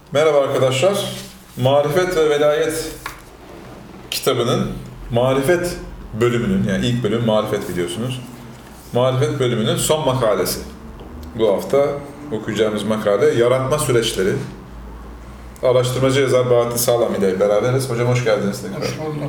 Merhaba arkadaşlar. Marifet ve Velayet kitabının marifet bölümünün, yani ilk bölüm marifet biliyorsunuz. Marifet bölümünün son makalesi. Bu hafta okuyacağımız makale yaratma süreçleri. Araştırmacı yazar Bahattin Sağlam ile beraberiz. Hocam hoş geldiniz tekrar. Hoş bulduk.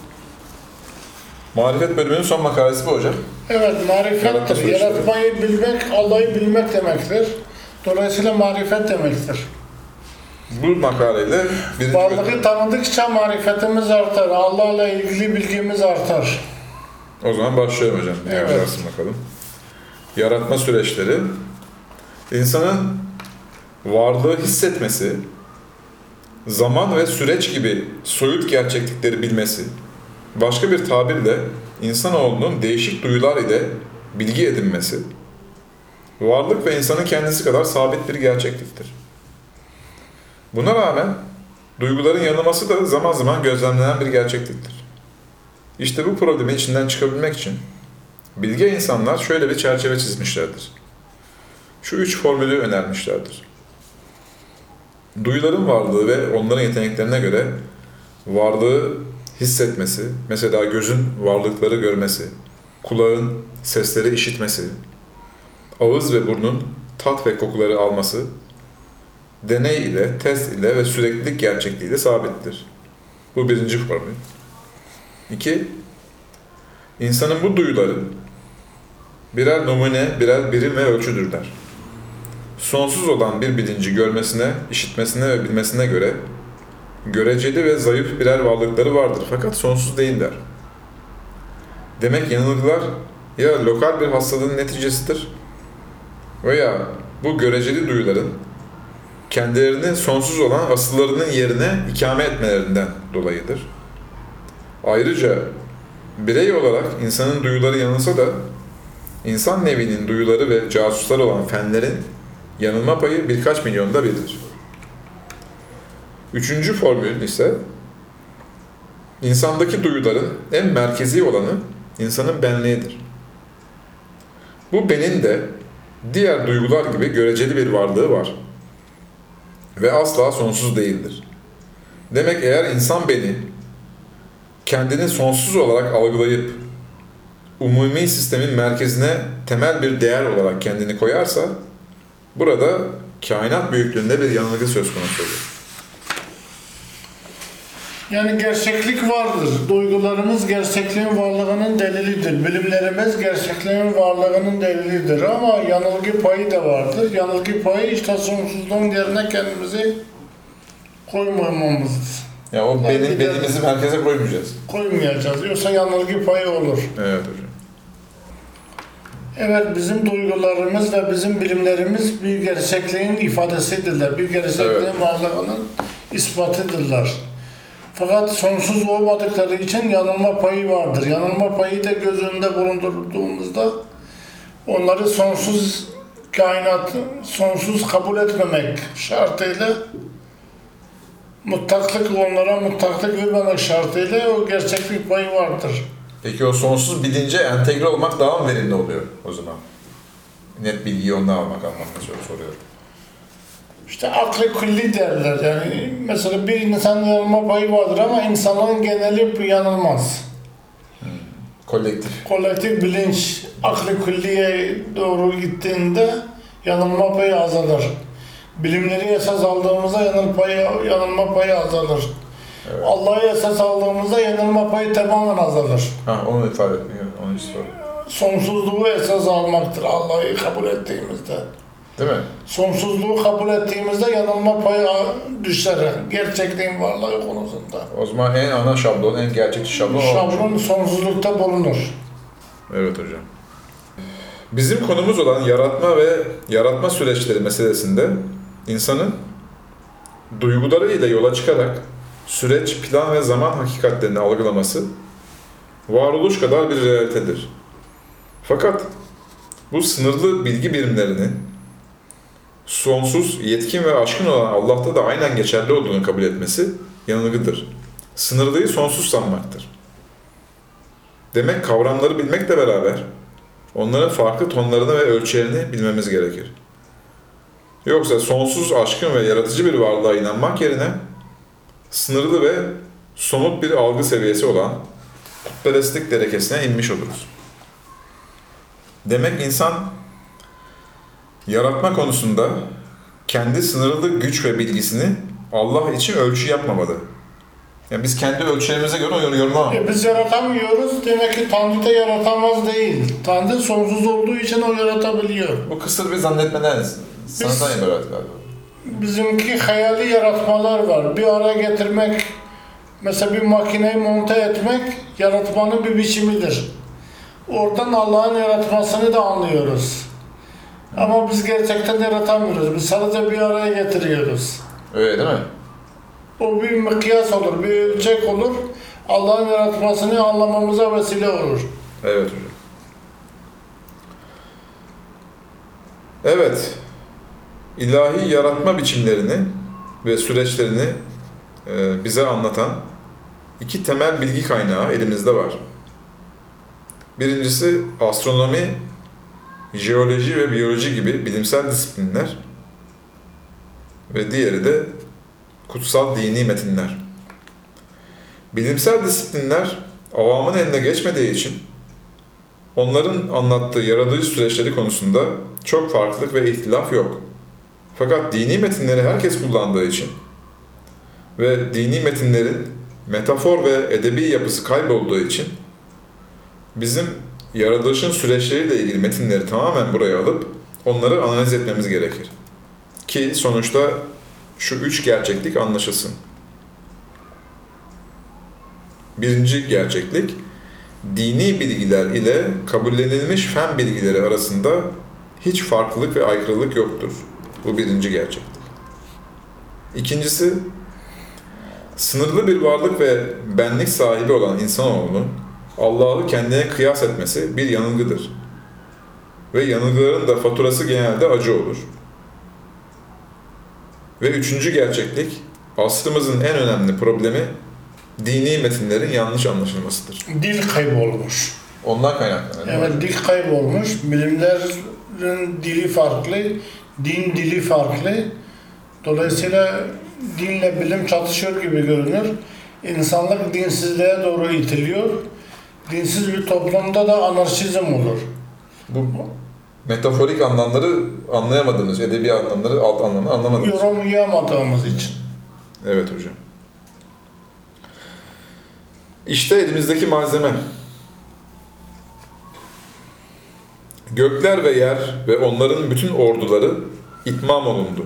Marifet bölümünün son makalesi bu hocam. Evet, marifettir. süreçleri. Yaratmayı bilmek, Allah'ı bilmek demektir. Dolayısıyla marifet demektir. Bu makaleyle birinci Varlığı tanıdıkça marifetimiz artar. Allah'la ilgili bilgimiz artar. O zaman başlıyorum hocam. Ne Evet. yapacaksın bakalım. Yaratma süreçleri. İnsanın varlığı hissetmesi, zaman ve süreç gibi soyut gerçeklikleri bilmesi, başka bir tabirle insanoğlunun değişik duyular ile bilgi edinmesi, varlık ve insanın kendisi kadar sabit bir gerçekliktir. Buna rağmen duyguların yanılması da zaman zaman gözlemlenen bir gerçekliktir. İşte bu problemin içinden çıkabilmek için bilge insanlar şöyle bir çerçeve çizmişlerdir. Şu 3 formülü önermişlerdir. Duyuların varlığı ve onların yeteneklerine göre varlığı hissetmesi, mesela gözün varlıkları görmesi, kulağın sesleri işitmesi, ağız ve burnun tat ve kokuları alması, deney ile, test ile ve süreklilik gerçekliğiyle sabittir. Bu birinci formül. 2. İnsanın bu duyuları birer numune, birer birim ve ölçüdürler. Sonsuz olan bir bilinci görmesine, işitmesine ve bilmesine göre göreceli ve zayıf birer varlıkları vardır fakat sonsuz değiller. Demek yanılgılar ya lokal bir hastalığın neticesidir veya bu göreceli duyuların kendilerini sonsuz olan asıllarının yerine ikame etmelerinden dolayıdır. Ayrıca birey olarak insanın duyuları yanılsa da insan nevinin duyuları ve casuslar olan fenlerin yanılma payı birkaç milyonda birdir. Üçüncü formül ise insandaki duyuların en merkezi olanı insanın benliğidir. Bu benin de diğer duygular gibi göreceli bir varlığı var ve asla sonsuz değildir. Demek eğer insan beni kendini sonsuz olarak algılayıp umumi sistemin merkezine temel bir değer olarak kendini koyarsa burada kainat büyüklüğünde bir yanılgı söz konusu olur. Yani gerçeklik vardır. Duygularımız gerçekliğin varlığının delilidir. Bilimlerimiz gerçekliğin varlığının delilidir. Ama yanılgı payı da vardır. Yanılgı payı işte sonsuzluğun yerine kendimizi koymamamızdır. Ya o benimizi merkeze koymayacağız. Koymayacağız. Yoksa yanılgı payı olur. Evet hocam. Evet, bizim duygularımız ve bizim bilimlerimiz bir gerçekliğin ifadesidirler. Bir gerçekliğin Evet. varlığının ispatıdırlar. Fakat sonsuz olmadıkları için yanılma payı vardır. Yanılma payı da göz önünde bulundurduğumuzda onları sonsuz kainatı sonsuz kabul etmemek şartıyla onlara mutlaklık vermemek şartıyla o gerçeklik payı vardır. Peki o sonsuz bilince entegre olmak daha mı verimli oluyor o zaman? Net bilgiyi ondan almak anlamında soruyorum. İşte aklı külli derler. Yani mesela bir insanın yanılma payı vardır ama insanların geneli yanılmaz. Kolektif. Kolektif bilinç aklı külliye doğru gittiğinde yanılma payı azalır. Bilimleri esas aldığımızda yanılma payı azalır. Evet. Allah'ı esas aldığımızda yanılma payı tamamen azalır. Ha onu ifade etmiyor. Onu hiç soruyorum. Sonsuzluğu esas almaktır Allah'ı kabul ettiğimizde. Değil mi? Sonsuzluğu kabul ettiğimizde yanılma payı düşer. Gerçekliğin varlığı konusunda. O zaman en ana şablon, en gerçekçi şablon o. Şablon sonsuzlukta bulunur. Evet hocam. Bizim konumuz olan yaratma ve yaratma süreçleri meselesinde insanın duyguları ile yola çıkarak süreç, plan ve zaman hakikatlerini algılaması varoluş kadar bir realitedir. Fakat bu sınırlı bilgi birimlerini sonsuz, yetkin ve aşkın olan Allah'ta da aynen geçerli olduğunu kabul etmesi yanılgıdır. Sınırlıyı sonsuz sanmaktır. Demek kavramları bilmekle beraber onların farklı tonlarını ve ölçülerini bilmemiz gerekir. Yoksa sonsuz aşkın ve yaratıcı bir varlığa inanmak yerine sınırlı ve somut bir algı seviyesi olan putperestlik derekesine inmiş oluruz. Demek insan yaratma konusunda kendi sınırlı güç ve bilgisini Allah için ölçü yapmamalı. Yani biz kendi ölçülerimize göre yorumlamamalıyız. Biz yaratamıyoruz. Demek ki Tanrı da yaratamaz değil. Tanrı sonsuz olduğu için o yaratabiliyor. Bu kısır bir zannetmeden sanattan ibaret galiba. Bizimki hayali yaratmalar var. Bir araya getirmek, mesela bir makineyi monte etmek yaratmanın bir biçimidir. Oradan Allah'ın yaratmasını da anlıyoruz. Ama biz gerçekten yaratamıyoruz. Biz sadece bir araya getiriyoruz. Öyle değil mi? O bir mikyas olur, bir ölçek olur. Allah'ın yaratmasını anlamamıza vesile olur. Evet hocam. Evet. İlahi yaratma biçimlerini ve süreçlerini bize anlatan iki temel bilgi kaynağı elimizde var. Birincisi astronomi, jeoloji ve biyoloji gibi bilimsel disiplinler ve diğeri de kutsal dini metinler. Bilimsel disiplinler avamın eline geçmediği için onların anlattığı yaratıcı süreçleri konusunda çok farklılık ve ihtilaf yok. Fakat dini metinleri herkes kullandığı için ve dini metinlerin metafor ve edebi yapısı kaybolduğu için bizim yaratılışın süreçleriyle ilgili metinleri tamamen buraya alıp onları analiz etmemiz gerekir. Ki sonuçta şu üç gerçeklik anlaşılsın. Birinci gerçeklik, dini bilgiler ile kabullenilmiş fen bilgileri arasında hiç farklılık ve aykırılık yoktur. Bu birinci gerçeklik. İkincisi, sınırlı bir varlık ve benlik sahibi olan insanoğlunun Allah'ı kendine kıyas etmesi bir yanılgıdır. Ve yanılgıların da faturası genelde acı olur. Ve üçüncü gerçeklik, asrımızın en önemli problemi dini metinlerin yanlış anlaşılmasıdır. Dil kaybolmuş. Ondan kaynaklanıyor. Evet, dil kaybolmuş. Bilimlerin dili farklı, din dili farklı. Dolayısıyla dinle bilim çatışıyor gibi görünür. İnsanlık dinsizliğe doğru itiliyor. Dinsiz bir toplumda da anarşizm olur. Bu metaforik anlamları anlayamadığınız, edebi anlamları, alt anlamları anlamadığınız. Yorumlayamadığımız için. Evet hocam. İşte elimizdeki malzeme. Gökler ve yer ve onların bütün orduları itmam olundu.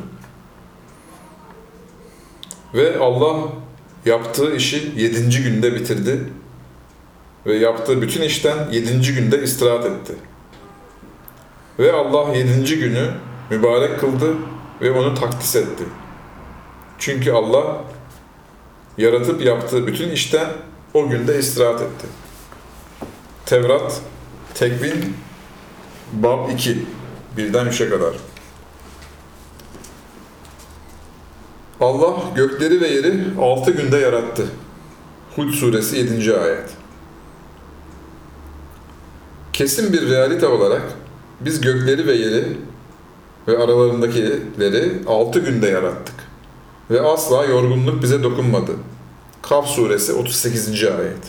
Ve Allah yaptığı işi 7. günde bitirdi ve yaptığı bütün işten 7. günde istirahat etti. Ve Allah 7. günü mübarek kıldı ve onu takdis etti. Çünkü Allah yaratıp yaptığı bütün işten o günde istirahat etti. Tevrat, Tekvin, Bab 2, 1'den 3'e kadar. Allah gökleri ve yeri 6 günde yarattı. Hud suresi 7. ayet. Kesin bir realite olarak biz gökleri ve yeri ve aralarındakileri 6 günde yarattık. Ve asla yorgunluk bize dokunmadı. Kaf suresi 38. ayet.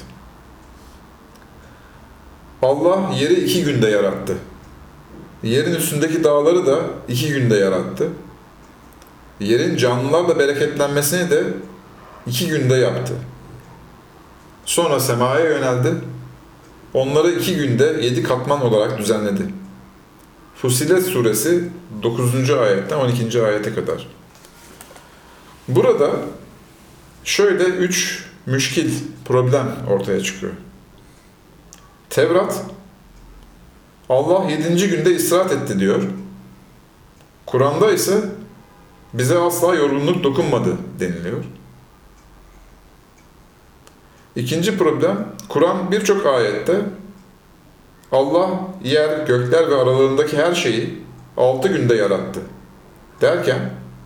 Allah yeri 2 günde yarattı. Yerin üstündeki dağları da 2 günde yarattı. Yerin canlılarla bereketlenmesini de 2 günde yaptı. Sonra semaya yöneldi. Onları 2 günde 7 katman olarak düzenledi. Fussilet suresi 9. ayetten 12. ayete kadar. Burada şöyle 3 müşkil problem ortaya çıkıyor. Tevrat, Allah 7. günde istirahat etti diyor. Kur'an'da ise bize asla yorgunluk dokunmadı deniliyor. İkinci problem, Kur'an birçok ayette Allah yer, gökler ve aralarındaki her şeyi 6 günde yarattı derken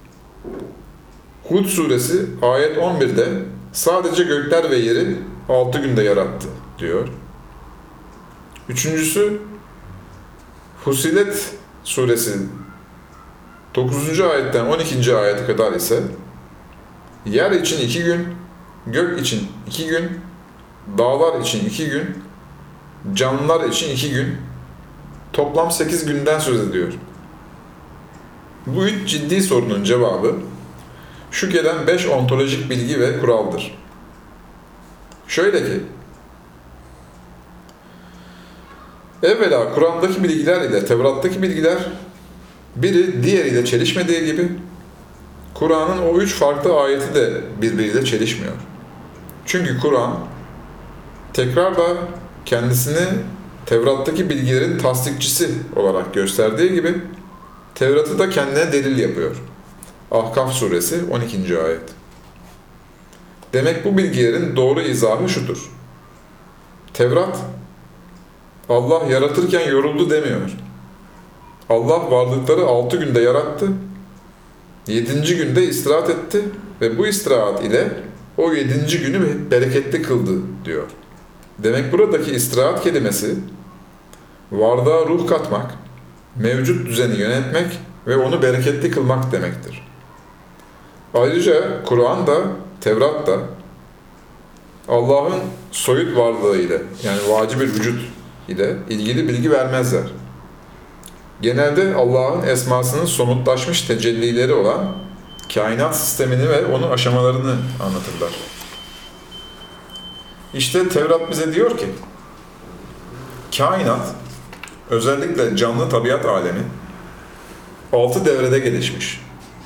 Hud suresi ayet 11'de sadece gökler ve yeri 6 günde yarattı diyor. Üçüncüsü Fussilet suresi 9. ayetten 12. ayete kadar ise yer için 2 gün, gök için 2 gün, dağlar için 2 gün, canlılar için 2 gün, toplam 8 günden söz ediyor. Bu 3 ciddi sorunun cevabı şu gelen 5 ontolojik bilgi ve kuraldır. Şöyle ki, evvela Kur'an'daki bilgiler ile Tevrat'taki bilgiler biri diğeriyle çelişmediği gibi Kur'an'ın o 3 farklı ayeti de birbiriyle çelişmiyor. Çünkü Kur'an tekrar da kendisini Tevrat'taki bilgilerin tasdikçisi olarak gösterdiği gibi Tevrat'ı da kendine delil yapıyor. Ahkaf suresi 12. ayet. Demek bu bilgilerin doğru izahı şudur. Tevrat, Allah yaratırken yoruldu demiyor. Allah varlıkları 6 günde yarattı, 7. günde istirahat etti ve bu istirahat ile o 7. günü bereketli kıldı diyor. Demek buradaki istirahat kelimesi, varlığa ruh katmak, mevcut düzeni yönetmek ve onu bereketli kılmak demektir. Ayrıca Kur'an'da, Tevrat'ta Allah'ın soyut varlığı ile, yani vacib-i vücut ile ilgili bilgi vermezler. Genelde Allah'ın esmasının somutlaşmış tecellileri olan kainat sistemini ve onun aşamalarını anlatırlar. İşte Tevrat bize diyor ki, kainat, özellikle canlı tabiat alemi, 6 devrede gelişmiş.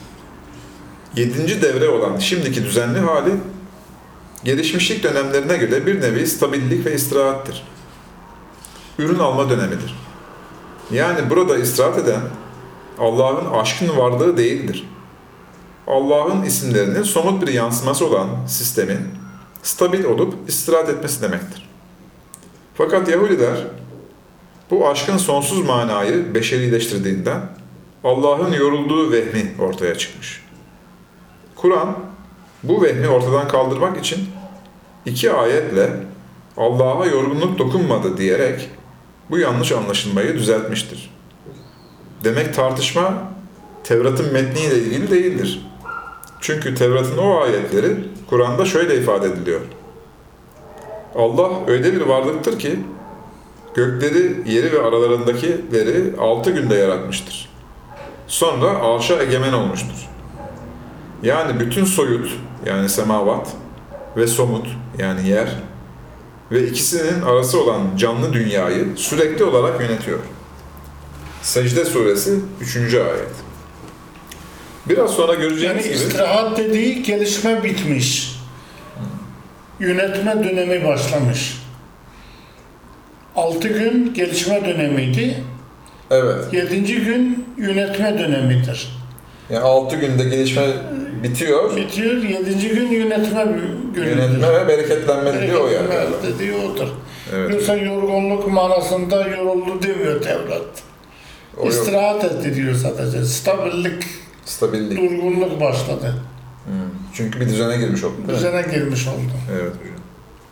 7. devre olan şimdiki düzenli hali, gelişmişlik dönemlerine göre bir nevi stabillik ve istirahattir. Ürün alma dönemidir. Yani burada istirahat eden Allah'ın aşkın varlığı değildir. Allah'ın isimlerinin somut bir yansıması olan sistemin stabil olup istirahat etmesi demektir. Fakat Yahudiler bu aşkın sonsuz manayı beşerileştirdiğinden Allah'ın yorulduğu vehmi ortaya çıkmış. Kur'an bu vehmi ortadan kaldırmak için 2 ayetle Allah'a yorgunluk dokunmadı diyerek bu yanlış anlaşılmayı düzeltmiştir. Demek tartışma Tevrat'ın metniyle ilgili değildir. Çünkü Tevrat'ın o ayetleri Kur'an'da şöyle ifade ediliyor. Allah öyle bir varlıktır ki gökleri, yeri ve aralarındakileri 6 günde yaratmıştır. Sonra arşa egemen olmuştur. Yani bütün soyut, yani semavat ve somut, yani yer ve ikisinin arası olan canlı dünyayı sürekli olarak yönetiyor. Secde suresi 3. ayet. Biraz sonra göreceğimiz gibi... istirahat dediği gelişme bitmiş. Yönetme dönemi başlamış. 6 gün gelişme dönemiydi. Evet. 7. gün yönetme dönemidir. Yani 6 günde gelişme bitiyor. Bitiyor. 7. gün yönetme günüdür. Yönetme ve bereketlenme dediği o yani. Dediği odur. Evet. Yoksa yorgunluk manasında yoruldu demiyor Tevrat. İstirahat etti diyor sadece. Stabillik. Durgunluk başladı. Çünkü bir düzene girmiş oldu. Düzene girmiş oldu. Evet hocam.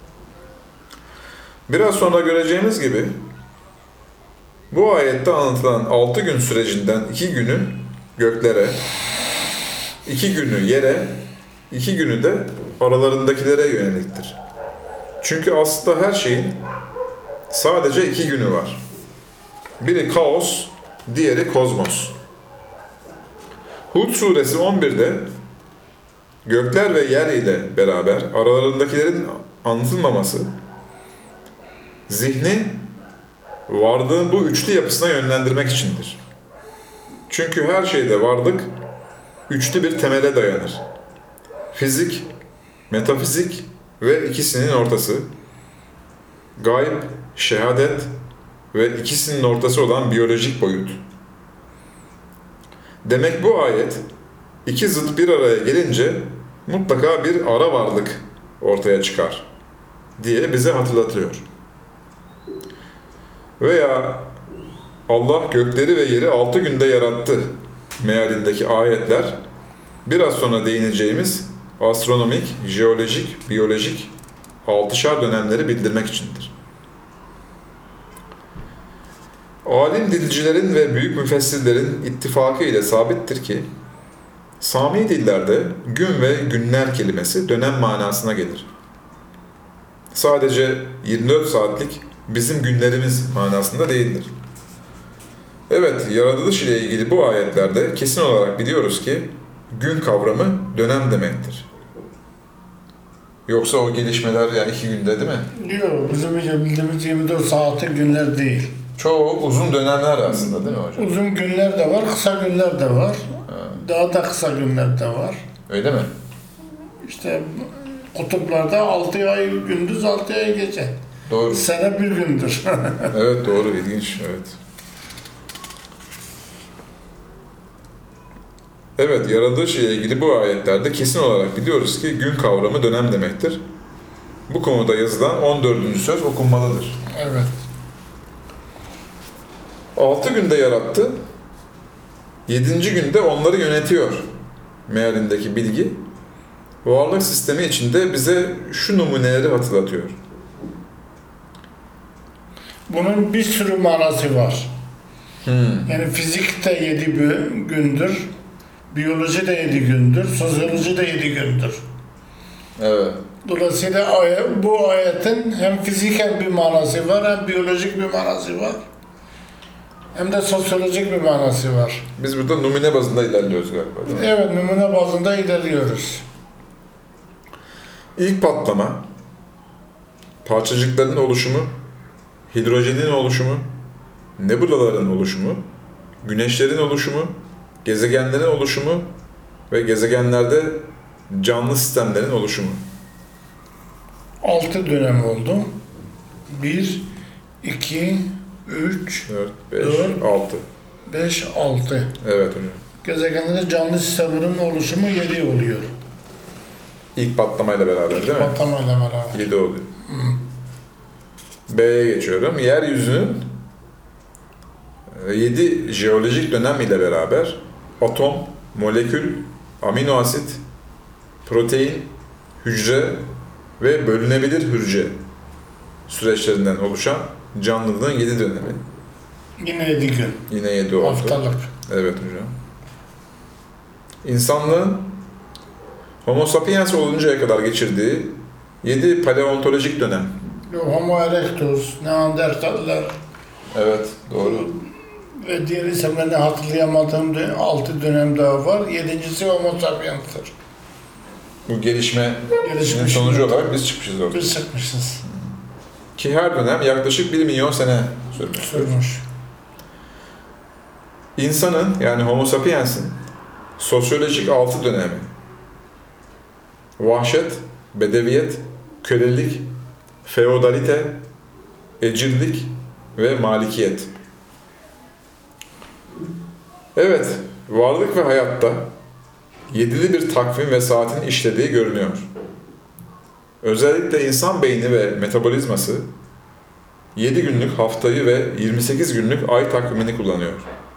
Biraz sonra göreceğimiz gibi bu ayette anlatılan 6 gün sürecinden 2 günü göklere, 2 günü yere, 2 günü de aralarındakilere yöneliktir. Çünkü aslında her şeyin sadece 2 günü var. Biri kaos, diğeri kozmos. Hud suresi 11'de gökler ve yer ile beraber aralarındakilerin anlatılmaması, zihni varlığın bu üçlü yapısına yönlendirmek içindir. Çünkü her şeyde varlık üçlü bir temele dayanır. Fizik, metafizik ve ikisinin ortası, gayb, şehadet ve ikisinin ortası olan biyolojik boyut. Demek bu ayet, iki zıt bir araya gelince mutlaka bir ara varlık ortaya çıkar diye bize hatırlatıyor. Veya Allah gökleri ve yeri 6 günde yarattı mealindeki ayetler biraz sonra değineceğimiz astronomik, jeolojik, biyolojik 6'şar dönemleri bildirmek içindir. Alim dilcilerin ve büyük müfessirlerin ittifakı ile sabittir ki, Sami dillerde gün ve günler kelimesi dönem manasına gelir. Sadece 24 saatlik bizim günlerimiz manasında değildir. Evet, yaratılış ile ilgili bu ayetlerde kesin olarak biliyoruz ki gün kavramı dönem demektir. Yoksa o gelişmeler yani 2 günde değil mi? Yok, bizim bildiğimiz 24 saatlik günler değil. Çoğu uzun dönemler aslında değil mi hocam? Uzun günler de var, kısa günler de var. Daha da kısa günler de var. Öyle mi? İşte kutuplarda 6 ay gündüz, 6 ay gece. Doğru. Sene bir gündür. Evet doğru, ilginç. Evet. Evet, yaratılış ile ilgili bu ayetlerde kesin olarak biliyoruz ki gün kavramı dönem demektir. Bu konuda yazılan 14. söz okunmalıdır. Evet. 6 günde yarattı, 7. günde onları yönetiyor mealindeki bilgi, varlık sistemi içinde bize şu numuneleri hatırlatıyor. Bunun bir sürü manası var. Yani fizikte 7 gündür, biyoloji de 7 gündür, sosyoloji de 7 gündür. Evet. Dolayısıyla bu ayetin hem fiziken bir manası var, hem biyolojik bir manası var, hem de sosyolojik bir manası var. Biz burada numune bazında ilerliyoruz galiba, değil mi? Evet, numune bazında ilerliyoruz. İlk patlama, parçacıkların oluşumu, hidrojenin oluşumu, nebulaların oluşumu, güneşlerin oluşumu, gezegenlerin oluşumu ve gezegenlerde canlı sistemlerin oluşumu. 6 dönem oldu. 1, 2, 3, 4, 5, 6. 5, 6. Evet hocam. Gezegenlerde canlı sistemlerin oluşumu 7 oluyor. İlk patlamayla beraber değil mi? Patlamayla beraber. 7 oluyor. B'ye geçiyorum. Yeryüzünün 7 jeolojik dönem ile beraber atom, molekül, amino asit, protein, hücre ve bölünebilir hücre süreçlerinden oluşan canlılığın 7 dönemi. Yine 7 gün. Yine 7 oldu. Haftalık. Evet hocam. İnsanlığın Homo sapiens oluncaya kadar geçirdiği 7 paleontolojik dönem. Homo erectus, Neandertaller Evet, doğru. ve diğer isimlerini hatırlayamadığım 6 dönem daha var. 7.'si Homo sapiens'tir. Bu gelişmenin Gelişmiş. sonucu olarak biz çıkmışız orada. Biz çıkmışız. Ki her dönem yaklaşık 1 milyon sene sürmüş. Sürmüş. İnsanın yani Homo sapiens'in sosyolojik 6 dönemi. Vahşet, bedeviyet, kölelik, feodalite, ecirlik ve malikiyet. Evet, varlık ve hayatta 7'li bir takvim ve saatin işlediği görünüyor. Özellikle insan beyni ve metabolizması 7 günlük haftayı ve 28 günlük ay takvimini kullanıyor.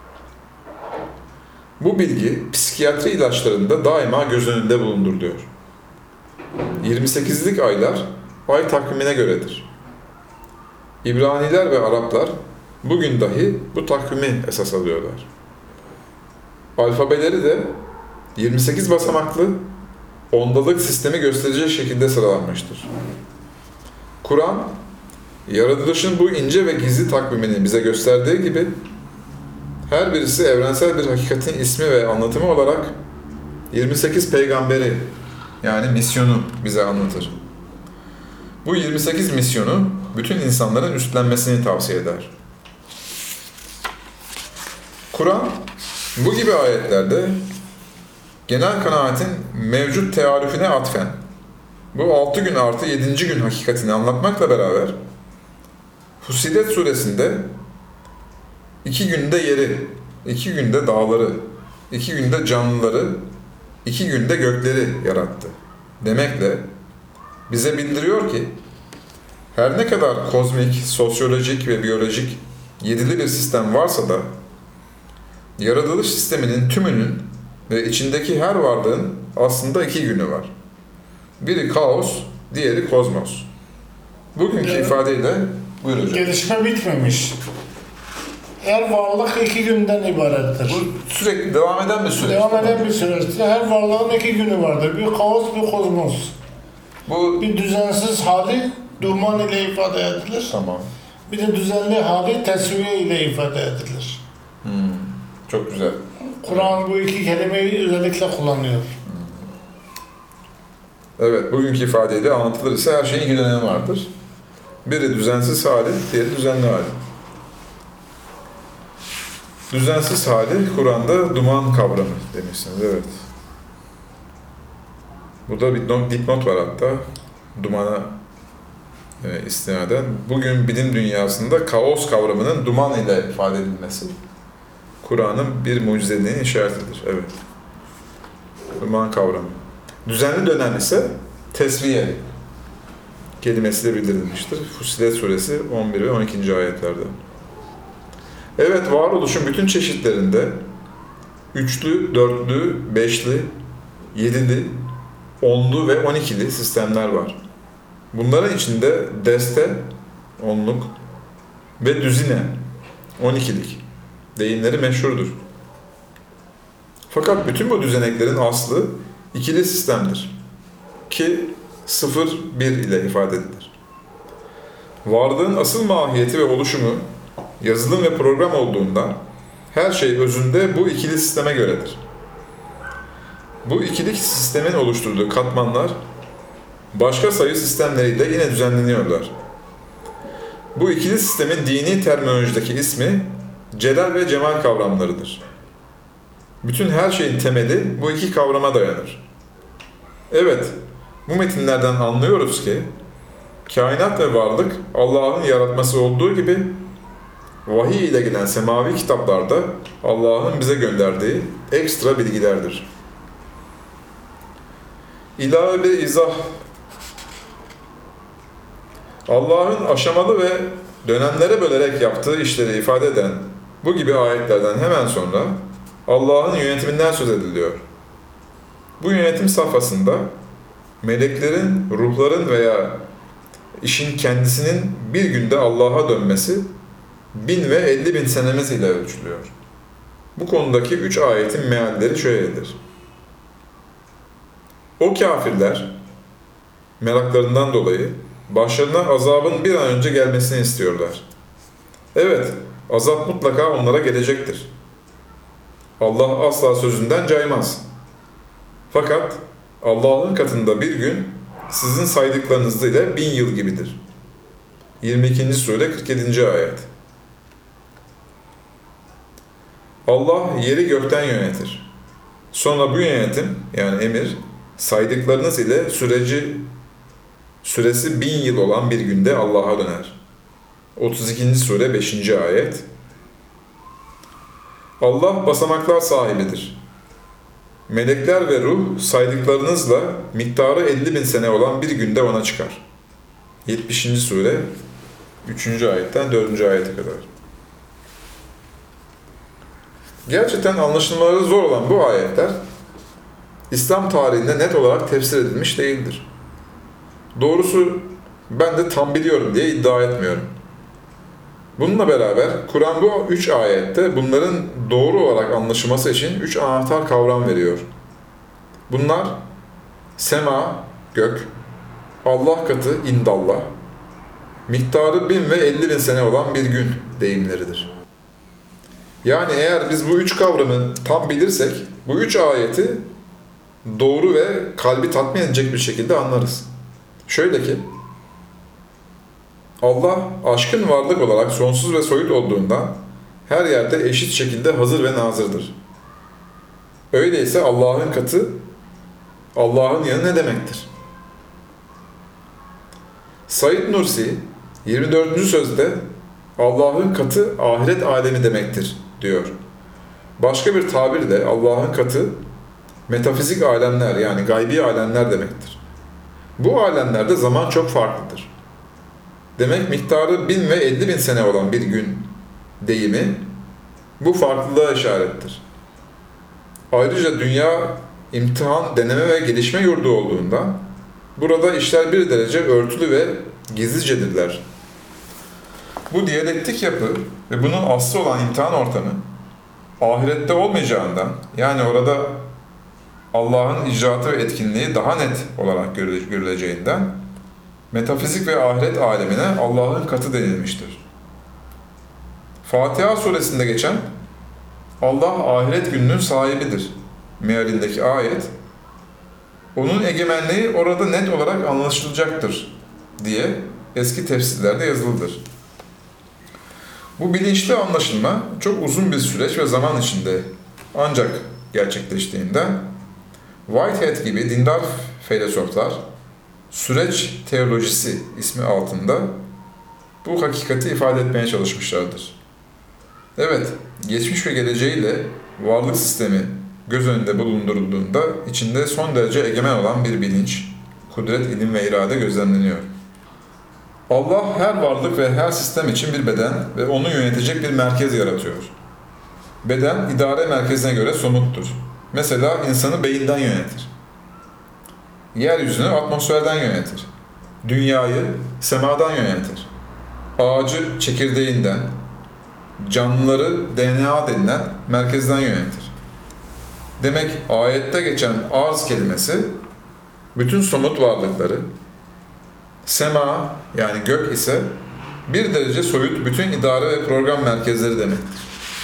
Bu bilgi psikiyatri ilaçlarında daima göz önünde bulunduruluyor. 28'lik aylar ay takvimine göredir. İbraniler ve Araplar bugün dahi bu takvimi esas alıyorlar. Alfabeleri de 28 basamaklı ondalık sistemi gösterecek şekilde sıralanmıştır. Kur'an, yaratılışın bu ince ve gizli takvimini bize gösterdiği gibi her birisi evrensel bir hakikatin ismi ve anlatımı olarak 28 peygamberi yani misyonu bize anlatır. Bu 28 misyonu bütün insanların üstlenmesini tavsiye eder. Kur'an bu gibi ayetlerde genel kanaatin mevcut tearifine atfen bu 6 gün artı 7. gün hakikatini anlatmakla beraber Fussilet suresinde 2 günde yeri, 2 günde dağları, 2 günde canlıları, 2 günde gökleri yarattı demekle bize bildiriyor ki her ne kadar kozmik, sosyolojik ve biyolojik 7'li bir sistem varsa da yaratılış sisteminin tümünün ve içindeki her varlığın aslında 2 günü var. Biri kaos, diğeri kozmos. Bugünkü ifadeyle buyur hocam. Gelişme bitmemiş. Her varlık 2 günden ibarettir. Bu sürekli devam eden bir süreç. Devam eden bir süreçte her varlığın 2 günü vardır. Bir kaos, bir kozmos. Bu Bir düzensiz hali duman ile ifade edilir. tamam. Bir de düzenli hali tesviye ile ifade edilir. Çok güzel. Kur'an bu iki kelimeyi özellikle kullanıyor. Evet, bugünkü ifadeyle anlatılırsa her şeyin iki dönemi vardır. Biri düzensiz hali, diğeri düzenli hali. Düzensiz hali, Kur'an'da duman kavramı demişsiniz, evet. Burada bir dipnot var hatta, dumana istinaden. Bugün bilim dünyasında kaos kavramının duman ile ifade edilmesi, Kur'an'ın bir mucizeliğinin işaretidir, evet. Duman kavramı. Düzenli dönem ise tesviye kelimesiyle bildirilmiştir. Fussilet suresi 11 ve 12. ayetlerde. Evet, varoluşun bütün çeşitlerinde üçlü, dörtlü, beşli, yedili, onlu ve 12'li sistemler var. Bunların içinde deste, onluk ve düzine, 12'lik deyimleri meşhurdur. Fakat bütün bu düzeneklerin aslı ikili sistemdir ki 0-1 ile ifade edilir. Varlığın asıl mahiyeti ve oluşumu yazılım ve program olduğundan her şey özünde bu ikili sisteme göredir. Bu ikili sistemin oluşturduğu katmanlar başka sayı sistemleriyle yine düzenleniyorlar. Bu ikili sistemin dini terminolojideki ismi celal ve cemal kavramlarıdır. Bütün her şeyin temeli bu iki kavrama dayanır. Evet, bu metinlerden anlıyoruz ki kainat ve varlık Allah'ın yaratması olduğu gibi vahiy ile gelen semavi kitaplarda Allah'ın bize gönderdiği ekstra bilgilerdir. İlave bir izah. Allah'ın aşamalı ve dönemlere bölerek yaptığı işleri ifade eden bu gibi ayetlerden hemen sonra Allah'ın yönetiminden söz ediliyor. Bu yönetim safhasında meleklerin, ruhların veya işin kendisinin bir günde Allah'a dönmesi 1000 ve 50.000 senemiz ile ölçülüyor. Bu konudaki 3 ayetin mealleri şöyledir. O kafirler meraklarından dolayı başlarına azabın bir an önce gelmesini istiyorlar. Evet, azap mutlaka onlara gelecektir. Allah asla sözünden caymaz. Fakat Allah'ın katında bir gün sizin saydıklarınız ile 1000 yıl gibidir. 22. sure 47. ayet. Allah yeri gökten yönetir. Sonra bu yönetim, yani emir, saydıklarınız ile süresi 1000 yıl olan bir günde Allah'a döner. 32. sure 5. ayet. Allah basamaklar sahibidir. Melekler ve ruh saydıklarınızla miktarı 50.000 sene olan bir günde ona çıkar. 70. sure 3. ayetten 4. ayete kadar. Gerçekten anlaşılmaları zor olan bu ayetler İslam tarihinde net olarak tefsir edilmiş değildir. Doğrusu ben de tam biliyorum diye iddia etmiyorum. Bununla beraber Kur'an bu 3 ayette bunların doğru olarak anlaşılması için 3 anahtar kavram veriyor. Bunlar sema, gök, Allah katı, indallah, miktarı 1000 ve 50.000 sene olan bir gün deyimleridir. Yani eğer biz bu 3 kavramı tam bilirsek, bu 3 ayeti doğru ve kalbi tatmin edecek bir şekilde anlarız. Şöyle ki, Allah aşkın varlık olarak sonsuz ve soyut olduğundan her yerde eşit şekilde hazır ve nazırdır. Öyleyse Allah'ın katı, Allah'ın yanı ne demektir? Said Nursi 24. sözde Allah'ın katı ahiret alemi demektir diyor. Başka bir tabirle Allah'ın katı metafizik alemler yani gaybi alemler demektir. Bu alemlerde zaman çok farklıdır. Demek miktarı 1000 ve 50.000 sene olan bir gün deyimi bu farklılığa işarettir. Ayrıca dünya imtihan, deneme ve gelişme yurdu olduğundan burada işler bir derece örtülü ve gizlicedirler. Bu diyalektik yapı ve bunun aslı olan imtihan ortamı ahirette olmayacağından, yani orada Allah'ın icraatı ve etkinliği daha net olarak görüleceğinden metafizik ve ahiret alemine Allah'ın katı denilmiştir. Fatiha suresinde geçen Allah ahiret gününün sahibidir mealindeki ayet, onun egemenliği orada net olarak anlaşılacaktır diye eski tefsirlerde yazılıdır. Bu bilinçli anlaşılma çok uzun bir süreç ve zaman içinde ancak gerçekleştiğinden Whitehead gibi dindar filozoflar süreç teolojisi ismi altında bu hakikati ifade etmeye çalışmışlardır. Evet, geçmiş ve geleceğiyle varlık sistemi göz önünde bulundurulduğunda içinde son derece egemen olan bir bilinç, kudret, ilim ve irade gözlemleniyor. Allah her varlık ve her sistem için bir beden ve onu yönetecek bir merkez yaratıyor. Beden, idare merkezine göre somuttur. Mesela insanı beyinden yönetir. Yeryüzünü atmosferden yönetir. Dünyayı semadan yönetir. Ağacı çekirdeğinden, canlıları DNA denilen merkezden yönetir. Demek ayette geçen arz kelimesi bütün somut varlıkları, sema yani gök ise bir derece soyut bütün idare ve program merkezleri demektir.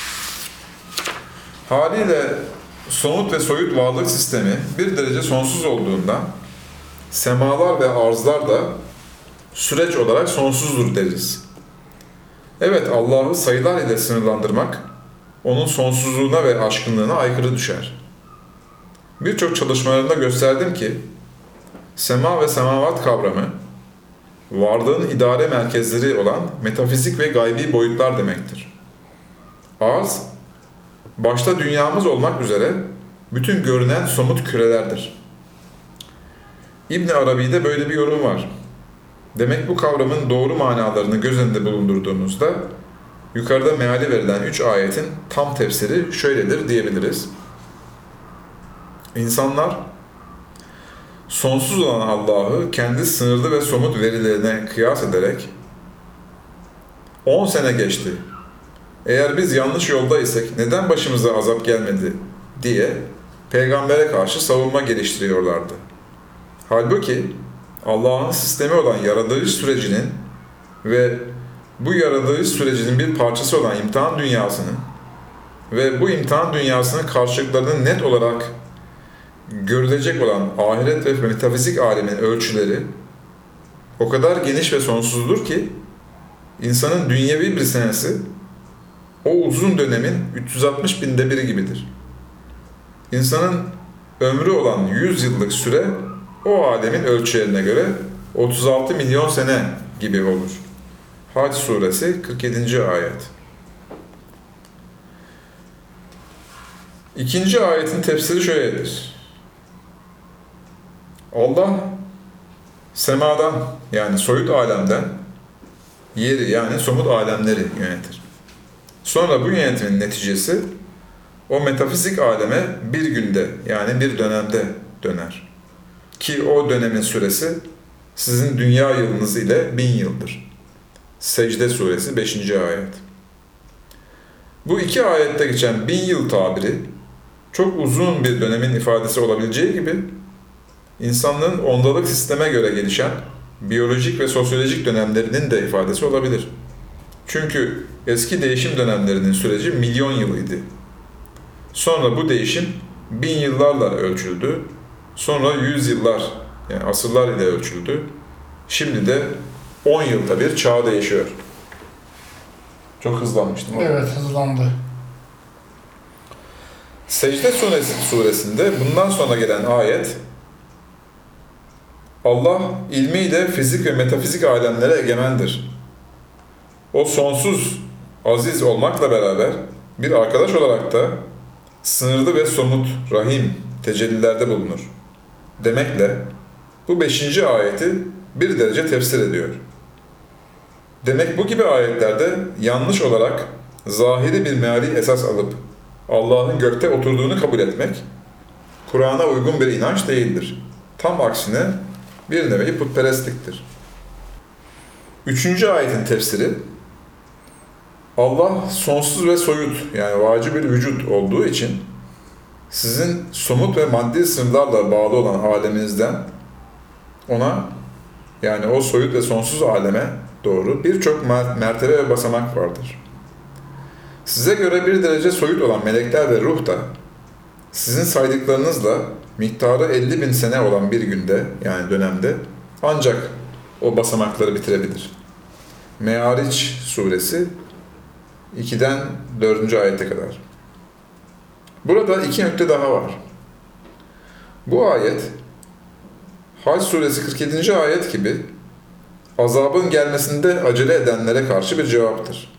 Haliyle somut ve soyut varlık sistemi bir derece sonsuz olduğundan semalar ve arzlar da süreç olarak sonsuzdur deriz. Evet, Allah'ı sayılar ile sınırlandırmak onun sonsuzluğuna ve aşkınlığına aykırı düşer. Birçok çalışmalarında gösterdim ki sema ve semavat kavramı varlığın idare merkezleri olan metafizik ve gaybi boyutlar demektir. Arz, başta dünyamız olmak üzere bütün görünen somut kürelerdir. İbn Arabi'de böyle bir yorum var. Demek bu kavramın doğru manalarını göz önünde bulundurduğumuzda yukarıda meali verilen 3 ayetin tam tefsiri şöyledir diyebiliriz. İnsanlar sonsuz olan Allah'ı kendi sınırlı ve somut verilerine kıyas ederek 10 sene geçti. Eğer biz yanlış yoldaysak neden başımıza azap gelmedi diye peygambere karşı savunma geliştiriyorlardı. Halbuki Allah'ın sistemi olan yaratılış sürecinin ve bu yaratılış sürecinin bir parçası olan imtihan dünyasının ve bu imtihan dünyasının karşılıklarının net olarak görülecek olan ahiret ve metafizik alemin ölçüleri o kadar geniş ve sonsuzdur ki insanın dünyevi bir senesi o uzun dönemin 360 binde biri gibidir. İnsanın ömrü olan 100 yıllık süre o alemin ölçülerine göre 36 milyon sene gibi olur. Hac suresi 47. ayet. İkinci ayetin tefsiri şöyledir. Allah semadan yani soyut alemden yeri yani somut alemleri yönetir. Sonra bu yönetimin neticesi o metafizik aleme bir günde yani bir dönemde döner. Ki o dönemin süresi sizin dünya yılınız ile 1000 yıldır. Secde suresi 5. ayet. Bu iki ayette geçen 1000 yıl tabiri çok uzun bir dönemin ifadesi olabileceği gibi insanlığın ondalık sisteme göre gelişen biyolojik ve sosyolojik dönemlerinin de ifadesi olabilir. Çünkü eski değişim dönemlerinin süreci milyon yıl idi. Sonra bu değişim 1000 yıllarla ölçüldü. Sonra 100 yıllar yani asırlar ile ölçüldü. Şimdi de 10 yılda bir çağ değişiyor. Çok hızlanmıştım. Evet, hızlandı. Secde suresinde bundan sonra gelen ayet Allah ilmiyle fizik ve metafizik alemlere egemendir. O sonsuz, aziz olmakla beraber bir arkadaş olarak da sınırlı ve somut, rahim tecellilerde bulunur. Demekle bu 5. ayeti bir derece tefsir ediyor. Demek bu gibi ayetlerde yanlış olarak zahiri bir meali esas alıp Allah'ın gökte oturduğunu kabul etmek Kur'an'a uygun bir inanç değildir. Tam aksine bir nevi putperestliktir. 3. ayetin tefsiri Allah sonsuz ve soyut, yani vacib bir vücut olduğu için sizin somut ve maddi sınırlarla bağlı olan aleminizden ona, yani o soyut ve sonsuz aleme doğru birçok mertebe ve basamak vardır. Size göre bir derece soyut olan melekler ve ruh da sizin saydıklarınızla miktarı 50.000 sene olan bir günde, yani dönemde ancak o basamakları bitirebilir. Me'ariç suresi 2'den 4. ayete kadar. Burada 2 nokta daha var. Bu ayet, Hac suresi 47. ayet gibi azabın gelmesinde acele edenlere karşı bir cevaptır.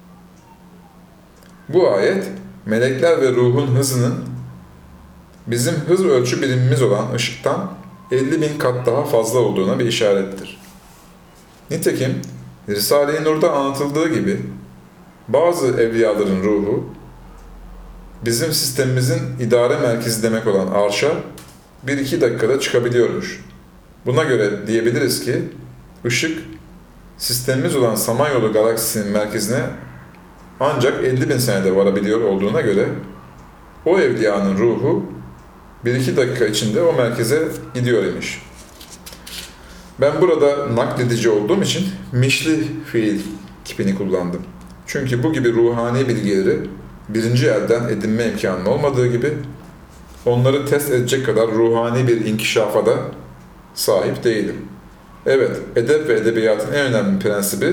Bu ayet, melekler ve ruhun hızının bizim hız ölçü birimimiz olan ışıktan 50.000 kat daha fazla olduğuna bir işarettir. Nitekim Risale-i Nur'da anlatıldığı gibi bazı evliyaların ruhu bizim sistemimizin idare merkezi demek olan arşa 1-2 dakikada çıkabiliyormuş. Buna göre diyebiliriz ki ışık sistemimiz olan Samanyolu galaksisinin merkezine ancak 50.000 senede varabiliyor olduğuna göre o evliyanın ruhu 1-2 dakika içinde o merkeze gidiyor imiş. Ben burada nakledici olduğum için mişli fiil kipini kullandım. Çünkü bu gibi ruhani bilgileri birinci elden edinme imkanı olmadığı gibi onları test edecek kadar ruhani bir inkişafa da sahip değilim. Evet, edep ve edebiyatın en önemli prensibi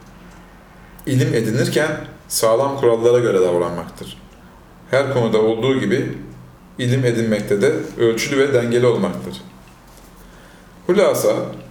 ilim edinirken sağlam kurallara göre davranmaktır. Her konuda olduğu gibi ilim edinmekte de ölçülü ve dengeli olmaktır. Hulasa,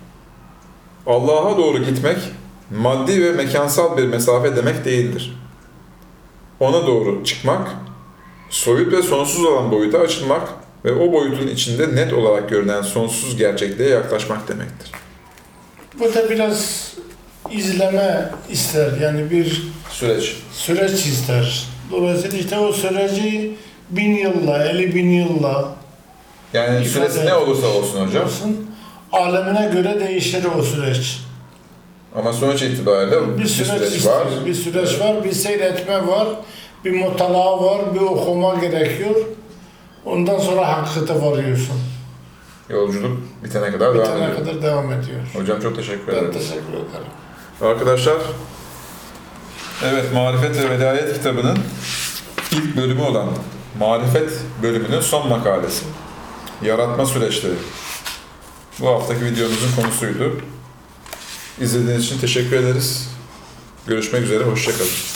Allah'a doğru gitmek maddi ve mekansal bir mesafe demek değildir. Ona doğru çıkmak, soyut ve sonsuz olan boyuta açılmak ve o boyutun içinde net olarak görünen sonsuz gerçekliğe yaklaşmak demektir. Bu da biraz izleme ister, yani bir süreç ister. Dolayısıyla işte o süreci 1000 yılla, 50.000 yılla, yani süresi ne olursa olsun hocam. Alemine göre değişir o süreç. Ama sonuç itibariyle bir süreç var. Bir süreç var, bir seyretme var, bir mutalaa var, bir okuma gerekiyor. Ondan sonra hakikate varıyorsun. Yolculuk bitene kadar devam ediyor. Hocam çok teşekkür ederim. Ben teşekkür ederim. Arkadaşlar, evet, Marifet ve Velayet kitabının ilk bölümü olan Marifet bölümünün son makalesi. Yaratma süreçleri. Bu haftaki videomuzun konusuydu. İzlediğiniz için teşekkür ederiz. Görüşmek üzere, hoşça kalın.